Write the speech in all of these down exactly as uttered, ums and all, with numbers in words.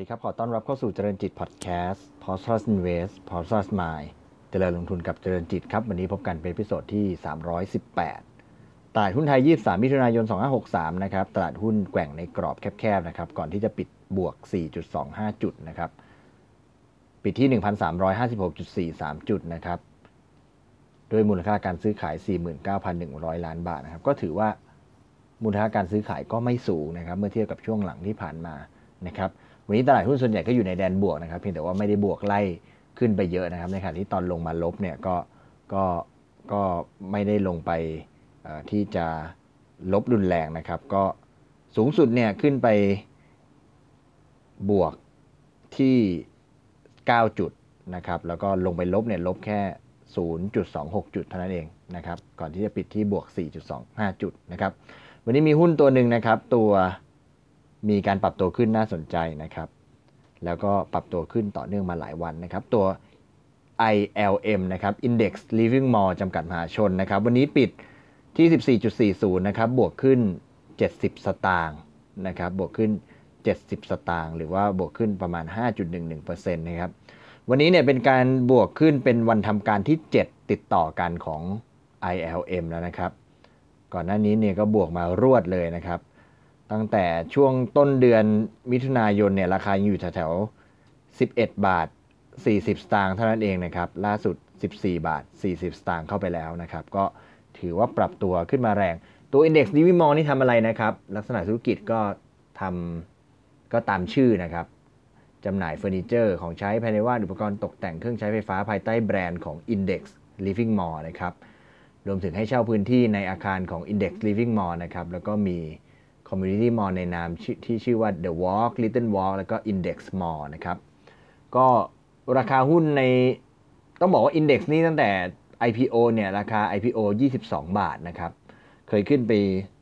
ดีครับขอต้อนรับเข้าสู่เจริญจิตพอดแคสต์ Portfolio Invest Portfolio Mind เจริญลงทุนกับเจริญจิตครับวันนี้พบกันเป็นเอพิโซดที่สามร้อยสิบแปดตลาดหุ้นไทยยี่สิบสามมิถุนายนสองพันห้าร้อยหกสิบสามนะครับตลาดหุ้นแกว่งในกรอบแคบๆนะครับก่อนที่จะปิดบวก สี่จุดสองห้า จุดนะครับปิดที่ หนึ่งพันสามร้อยห้าสิบหกจุดสี่สาม จุดนะครับด้วยมูลค่าการซื้อขาย สี่หมื่นเก้าพันหนึ่งร้อย ล้านบาทนะครับก็ถือว่ามูลค่าการซื้อขายก็ไม่สูงนะครับเมื่อเทียบกับช่วงหลังที่ผ่านมานะครับวันนี้ตลาดหุ้นส่วนใหญ่ก็อยู่ในแดนบวกนะครับเพียงแต่ว่าไม่ได้บวกไล่ขึ้นไปเยอะนะครับในขณะที่ตอนลงมาลบเนี่ยก็ก็ก็ไม่ได้ลงไปที่จะลบรุนแรงนะครับก็สูงสุดเนี่ยขึ้นไปบวกที่เก้าจุดนะครับแล้วก็ลงไปลบเนี่ยลบแค่ ศูนย์จุดสองหก จุดเท่านั้นเองนะครับก่อนที่จะปิดที่บวก สี่จุดสองห้า จุดนะครับวันนี้มีหุ้นตัวหนึ่งนะครับตัวมีการปรับตัวขึ้นน่าสนใจนะครับแล้วก็ปรับตัวขึ้นต่อเนื่องมาหลายวันนะครับตัว ไอ แอล เอ็ม นะครับ Index Living Mall จำกัดมหาชนนะครับวันนี้ปิดที่ สิบสี่จุดสี่ศูนย์ นะครับบวกขึ้นเจ็ดสิบสตางค์นะครับบวกขึ้นเจ็ดสิบสตางค์หรือว่าบวกขึ้นประมาณ ห้าจุดหนึ่งหนึ่งเปอร์เซ็นต์ นะครับวันนี้เนี่ยเป็นการบวกขึ้นเป็นวันทำการที่เจ็ดติดต่อกันของ ไอ แอล เอ็ม แล้วนะครับก่อนหน้านี้เนี่ยก็บวกมารวดเลยนะครับตั้งแต่ช่วงต้นเดือนมิถุนายนเนี่ยราคาอยู่แถวๆสิบเอ็ดบาทสี่สิบสตางค์เท่านั้นเองนะครับล่าสุดสิบสี่บาทสี่สิบสตางค์เข้าไปแล้วนะครับก็ถือว่าปรับตัวขึ้นมาแรงตัว Index Living Mall นี่ทำอะไรนะครับลักษณะธุรกิจก็ทำก็ตามชื่อนะครับจำหน่ายเฟอร์นิเจอร์ของใช้ภายในบ้านอุปกรณ์ตกแต่งเครื่องใช้ไฟฟ้าภายใต้แบรนด์ของ Index Living Mall นะครับรวมถึงให้เช่าพื้นที่ในอาคารของ Index Living Mall นะครับแล้วก็มี Community Mall ในนามที่ชื่อว่า The Walk Little Walk แล้วก็ Index Mall นะครับก็ราคาหุ้นในต้องบอกว่า Index นี่ตั้งแต่ ไอ พี โอ เนี่ยราคา ไอ พี โอ ยี่สิบสองบาทนะครับเคยขึ้นไป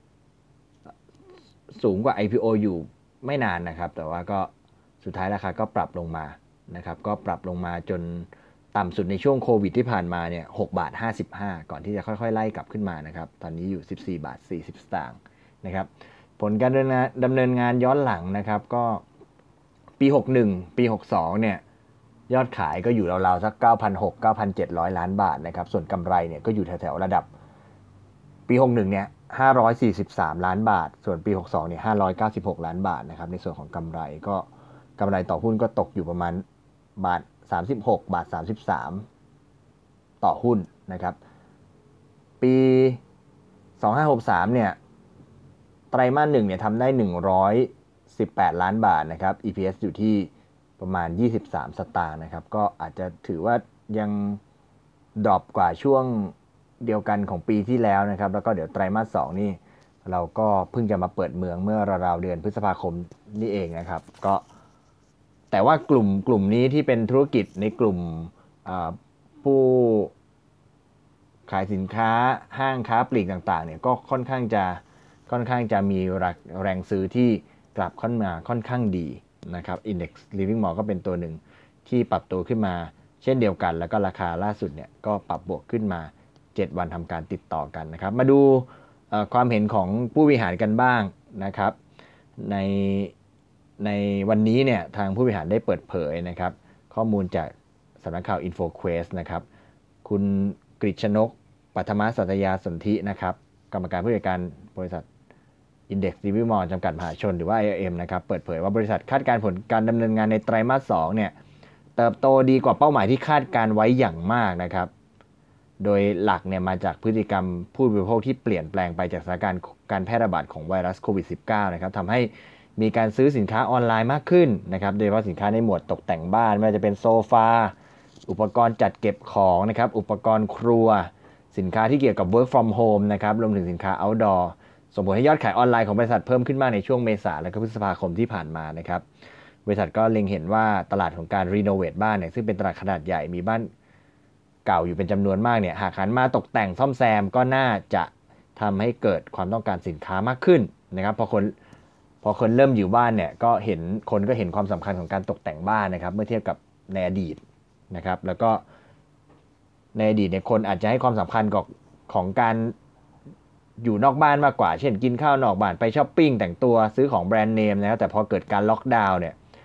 สูงกว่า ไอ พี โอ อยู่ไม่นานนะครับแต่ว่าก็สุดท้ายราคาก็ปรับลงมานะครับก็ปรับลงมาจนต่ำสุดในช่วงโควิดที่ผ่านมาเนี่ยหกบาทห้าสิบห้าก่อนที่จะค่อยๆไล่กลับขึ้นมานะครับตอนนี้อยู่สิบสี่บาทสี่สิบสตางค์นะครับผลการดำเนินงานย้อนหลังนะครับก็ปีหกสิบเอ็ดปีหกสิบสองเนี่ยยอดขายก็อยู่ราวๆสัก เก้าพันหกร้อย เก้าพันเจ็ดร้อย ล้านบาทนะครับส่วนกำไรเนี่ยก็อยู่แถวๆระดับปีหกสิบเอ็ดเนี่ยห้าร้อยสี่สิบสามล้านบาทส่วนปีหกสิบสองเนี่ยห้าร้อยเก้าสิบหกล้านบาทนะครับในส่วนของกำไรก็กำไรต่อหุ้นก็ตกอยู่ประมาณบาทสามสิบหกบาทสามสิบสามต่อหุ้นนะครับปีสองพันห้าร้อยหกสิบสามเนี่ยไตรมาสหนึ่งเนี่ยทำได้หนึ่งร้อยสิบแปดล้านบาทนะครับ อี พี เอส อยู่ที่ประมาณยี่สิบสามสตางค์นะครับก็อาจจะถือว่ายังดรอปกว่าช่วงเดียวกันของปีที่แล้วนะครับแล้วก็เดี๋ยวไตรมาสสองนี่เราก็เพิ่งจะมาเปิดเมืองเมื่อราวๆเดือนพฤษภาคมนี่เองนะครับก็แต่ว่ากลุ่มกลุ่มนี้ที่เป็นธุรกิจในกลุ่มผู้ขายสินค้าห้างค้าปลีกต่างๆเนี่ยก็ค่อนข้างจะค่อนข้างจะมีแรงซื้อที่กลับขึ้นมาค่อนข้างดีนะครับ Index Living Mall ก็เป็นตัวหนึ่งที่ปรับตัวขึ้นมาเช่นเดียวกันแล้วก็ราคาล่าสุดเนี่ยก็ปรับบวกขึ้นมาเจ็ดวันทำการติดต่อกันนะครับมาดูความเห็นของผู้บริหารกันบ้างนะครับในในวันนี้เนี่ยทางผู้บริหารได้เปิดเผยนะครับข้อมูลจากสำนักข่าว InfoQuest นะครับคุณกฤษณกปัทมสัตยาสนธินะครับกรรมการผู้จัดการบริษัท Index Living Mall จำกัดมหาชนหรือว่า ไอ แอล เอ็ม นะครับเปิดเผยว่าบริษัทคาดการผลการดำเนินงานในไตรมาสสองเนี่ยเติบโตดีกว่าเป้าหมายที่คาดการไว้อย่างมากนะครับโดยหลักเนี่ยมาจากพฤติกรรมผู้บริโภคที่เปลี่ยนแปลงไปจากสถานการณ์การแพร่ระบาดของไวรัสโควิด สิบเก้า นะครับทำให้มีการซื้อสินค้าออนไลน์มากขึ้นนะครับโดยเฉพาะสินค้าในหมวดตกแต่งบ้านไม่ว่าจะเป็นโซฟาอุปกรณ์จัดเก็บของนะครับอุปกรณ์ครัวสินค้าที่เกี่ยวกับ work from home นะครับรวมถึงสินค้า outdoor ส่งผลให้ยอดขายออนไลน์ของบริษัทเพิ่มขึ้นมากในช่วงเมษายนและก็พฤษภาคมที่ผ่านมานะครับบริษัทก็เล็งเห็นว่าตลาดของการรีโนเวทบ้านเนี่ยซึ่งเป็นตลาดขนาดใหญ่มีบ้านเก่าอยู่เป็นจำนวนมากเนี่ยหากหันมาตกแต่งซ่อมแซมก็น่าจะทำให้เกิดความต้องการสินค้ามากขึ้นนะครับพอคนพอคนเริ่มอยู่บ้านเนี่ยก็เห็นคนก็เห็นความสำคัญของการตกแต่งบ้านนะครับเมื่อเทียบกับในอดีตนะครับแล้วก็ในอดีตเนี่ยคนอาจจะให้ความสำคัญกับของการอยู่นอกบ้านมากกว่าเช่นกินข้าวนอกบ้านไปช้อปปิ้งแต่งตัวซื้อของแบรนด์เนมนะครับแต่พอเกิดการล็อกดาวน์เนี่ย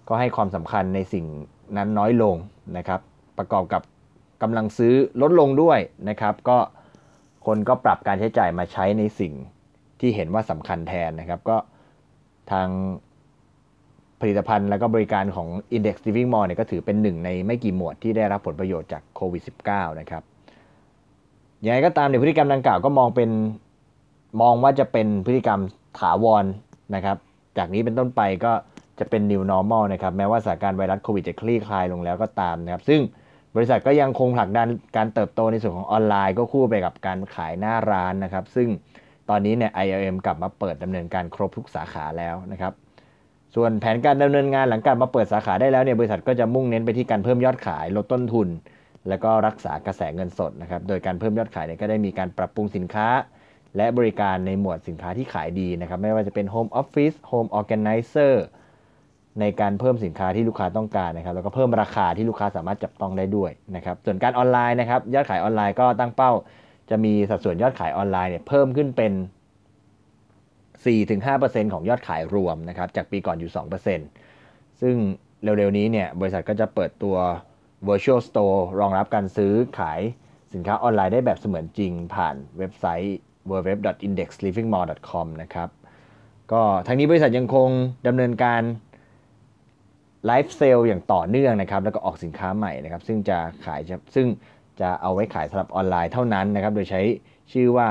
ก็ให้ความสำคัญในสิ่งนั้นน้อยลงนะครับประกอบกับกำลังซื้อลดลงด้วยนะครับก็คนก็ปรับการใช้จ่ายมาใช้ในสิ่งที่เห็นว่าสำคัญแทนนะครับก็ทางผลิตภัณฑ์และก็บริการของ Index Living Mall เนี่ยก็ถือเป็นหนึ่งในไม่กี่หมวดที่ได้รับผลประโยชน์จากโควิด สิบเก้า นะครับยังไงก็ตามในพฤติกรรมดังกล่าวก็มองเป็นมองว่าจะเป็นพฤติกรรมถาวรนะครับจากนี้เป็นต้นไปก็จะเป็น New Normal นะครับแม้ว่าสถานการณ์ไวรัสโควิดจะคลี่คลายลงแล้วก็ตามนะครับซึ่งบริษัทก็ยังคงผลักดันการเติบโตในส่วนของออนไลน์ก็คู่ไปกับการขายหน้าร้านนะครับซึ่งตอนนี้เนี่ย ไอ แอล เอ็ม กลับมาเปิดดำเนินการครบทุกสาขาแล้วนะครับส่วนแผนการดำเนินงานหลังการมาเปิดสาขาได้แล้วเนี่ยบริษัทก็จะมุ่งเน้นไปที่การเพิ่มยอดขายลดต้นทุนแล้วก็รักษากระแสเงินสดนะครับโดยการเพิ่มยอดขายเนี่ยก็ได้มีการปรับปรุงสินค้าและบริการในหมวดสินค้าที่ขายดีนะครับไม่ว่าจะเป็น Home Office Home Organizer ในการเพิ่มสินค้าที่ลูกค้าต้องการนะครับแล้วก็เพิ่มราคาที่ลูกค้าสามารถจับต้องได้ด้วยนะครับส่วนการออนไลน์นะครับยอดขายออนไลน์ก็ตั้งเป้าจะมีสัดส่วนยอดขายออนไลน์เนี่ยเพิ่มขึ้นเป็น สี่ถึงห้าเปอร์เซ็นต์ ของยอดขายรวมนะครับจากปีก่อนอยู่ สองเปอร์เซ็นต์ ซึ่งเร็วๆนี้เนี่ยบริษัทก็จะเปิดตัว Virtual Store รองรับการซื้อขายสินค้าออนไลน์ได้แบบเสมือนจริงผ่านเว็บไซต์ ดับเบิลยู ดับเบิลยู ดับเบิลยู ดอท อินเด็กซ์ ลิฟวิ่ง มอลล์ ดอท คอม นะครับก็ทั้งนี้บริษัทยังคงดำเนินการไลฟ์เซลอย่างต่อเนื่องนะครับแล้วก็ออกสินค้าใหม่นะครับซึ่งจะขายซึ่งจะเอาไว้ขายสำหรับออนไลน์เท่านั้นนะครับโดยใช้ชื่อว่า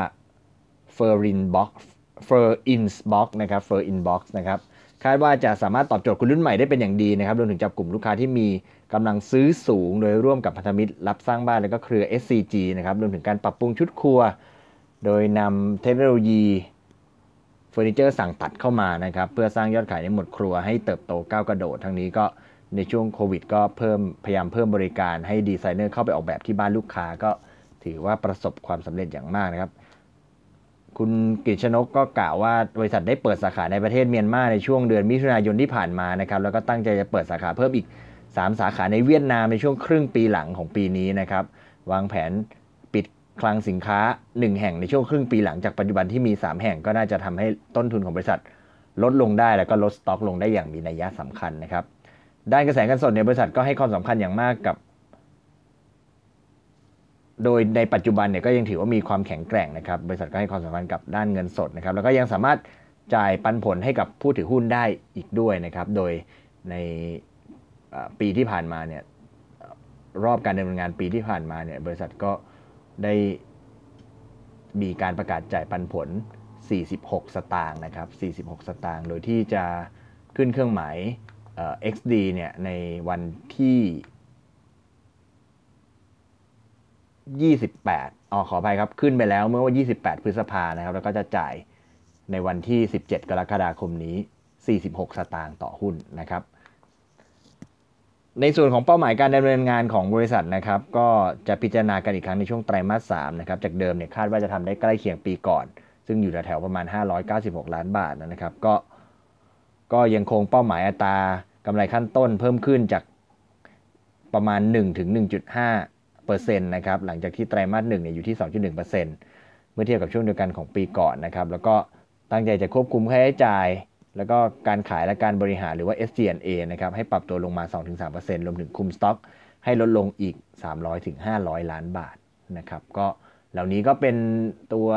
Ferin Box Fer Inbox นะครับ Fer Inbox นะครับคาดว่าจะสามารถตอบโจทย์คนรุ่นใหม่ได้เป็นอย่างดีนะครับรวมถึงจับกลุ่มลูกค้าที่มีกำลังซื้อสูงโดยร่วมกับพันธมิตรรับสร้างบ้านและก็เครือ เอส ซี จี นะครับรวมถึงการปรับปรุงชุดครัวโดยนำเทคโนโลยีเฟอร์นิเจอร์สั่งตัดเข้ามานะครับเพื่อสร้างยอดขายในหมวดครัวให้เติบโตก้าวกระโดดทั้งนี้ก็ในช่วงโควิดก็เพิ่มพยายามเพิ่มบริการให้ดีไซเนอร์เข้าไปออกแบบที่บ้านลูกค้าก็ถือว่าประสบความสำเร็จอย่างมากนะครับคุณกฤษณกก็กล่าวว่าบริษัทได้เปิดสาขาในประเทศเมียนมาในช่วงเดือนมิถุนายนที่ผ่านมานะครับแล้วก็ตั้งใจจะเปิดสาขาเพิ่มอีกสามสาขาในเวียดนามในช่วงครึ่งปีหลังของปีนี้นะครับวางแผนปิดคลังสินค้าหนึ่งแห่งในช่วงครึ่งปีหลังจากปัจจุบันที่มีสามแห่งก็น่าจะทำให้ต้นทุนของบริษัทลดลงได้แล้วก็ลดสต็อกลงได้อย่างมีนัยยะสำคัญนะครับด้านกระแสเงินสดในบริษัทก็ให้ความสำคัญอย่างมากกับโดยในปัจจุบันเนี่ยก็ยังถือว่ามีความแข็งแกร่งนะครับบริษัทก็ให้ความสำคัญกับด้านเงินสดนะครับแล้วก็ยังสามารถจ่ายปันผลให้กับผู้ถือหุ้นได้อีกด้วยนะครับโดยในปีที่ผ่านมาเนี่ยรอบการดำเนินงานปีที่ผ่านมาเนี่ยบริษัทก็ได้มีการประกาศจ่ายปันผลสี่สิบหกสตางค์นะครับสี่สิบหกสตางค์โดยที่จะขึ้นเครื่องหมาย เอ็กซ์ ดี เนี่ยในวันที่ยี่สิบแปดอ๋อขออภัยครับขึ้นไปแล้วเมื่อวันยี่สิบแปดพฤษภานะครับแล้วก็จะจ่ายในวันที่สิบเจ็ดกรกฎาคมนี้สี่สิบหกสตางค์ต่อหุ้นนะครับในส่วนของเป้าหมายการดำเนินงานของบริษัทนะครับก็จะพิจารณากันอีกครั้งในช่วงไตรมาสสามนะครับจากเดิมเนี่ยคาดว่าจะทำได้ใกล้เคียงปีก่อนซึ่งอยู่แถวๆประมาณห้าร้อยเก้าสิบหกล้านบาทนะครับก็ก็ยังคงเป้าหมายอัตรากำไรขั้นต้นเพิ่มขึ้นจากประมาณ หนึ่งถึงหนึ่งจุดห้าเปอร์เซ็นต์ นะครับหลังจากที่ไตรมาสหนึ่งเนี่ยอยู่ที่ สองจุดหนึ่งเปอร์เซ็นต์ เมื่อเทียบกับช่วงเดียวกันของปีก่อนนะครับแล้วก็ตั้งใจจะควบคุมค่าใช้จ่ายแล้วก็การขายและการบริหารหรือว่า เอส จี แอนด์ เอ นะครับให้ปรับตัวลงมา สองถึงสามเปอร์เซ็นต์ รวมถึงคุมสต็อกให้ลดลงอีกสามร้อยถึงห้าร้อยล้านบาทนะครับก็เหล่านี้ก็เป็นตัว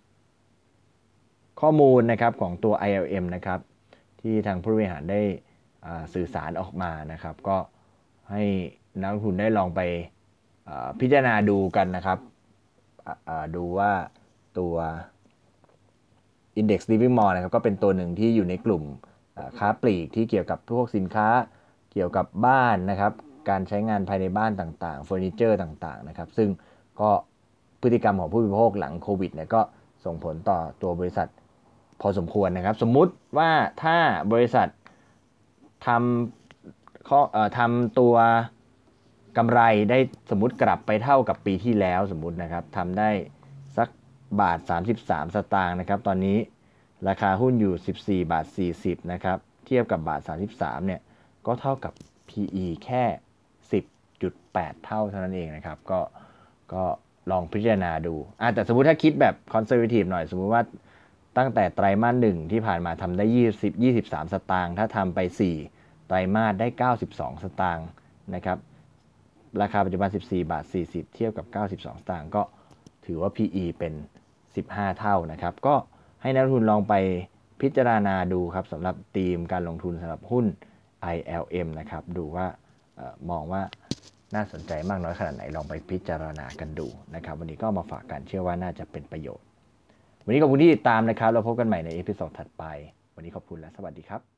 ข้อมูลนะครับของตัว ไอ แอล เอ็ม นะครับที่ทางผู้บริหารได้สื่อสารออกมานะครับก็ให้นักลงทุนได้ลองไปพิจารณาดูกันนะครับดูว่าตัว Index Living Mall นะครับก็เป็นตัวหนึ่งที่อยู่ในกลุ่มค้าปลีกที่เกี่ยวกับพวกสินค้าเกี่ยวกับบ้านนะครับการใช้งานภายในบ้านต่างๆเฟอร์นิเจอร์ต่างๆนะครับซึ่งก็พฤติกรรมของผู้บริโภคหลังโควิดเนี่ยก็ส่งผลต่อตัวบริษัทพอสมควรนะครับสมมุติว่าถ้าบริษัททำข้อเอ่อทำตัวกำไรได้สมมุติกลับไปเท่ากับปีที่แล้วสมมุตินะครับทำได้สักบาทสามสิบสามสตางค์นะครับตอนนี้ราคาหุ้นอยู่สิบสี่บาทสี่สิบนะครับเทียบกับบาทสามสิบสามเนี่ยก็เท่ากับ พี อี แค่ สิบจุดแปด เท่าเท่านั้นเองนะครับก็ก็ลองพิจารณาดูอ่ะแต่สมมุติถ้าคิดแบบคอนเซอร์เวทีฟหน่อยสมมุติว่าตั้งแต่ไตรมาสหนึ่งที่ผ่านมาทำได้ยี่สิบ ยี่สิบสามสตางค์ถ้าทำไปสี่ไตรมาสได้เก้าสิบสองสตางค์นะครับราคาปัจจุบันสิบสี่บาทสี่สิบเทียบกับเก้าสิบสองสตางค์ก็ถือว่า พี อี เป็นสิบห้าเท่านะครับก็ให้นักลงทุนลองไปพิจารณาดูครับสำหรับธีมการลงทุนสำหรับหุ้น ไอ แอล เอ็ม นะครับดูว่าเอ่อมองว่าน่าสนใจมากน้อยขนาดไหนลองไปพิจารณากันดูนะครับวันนี้ก็มาฝากกันเชื่อว่าน่าจะเป็นประโยชน์วันนี้ขอบคุณที่ติดตามนะครับเราพบกันใหม่ในเอพิโซดถัดไปวันนี้ขอบคุณและสวัสดีครับ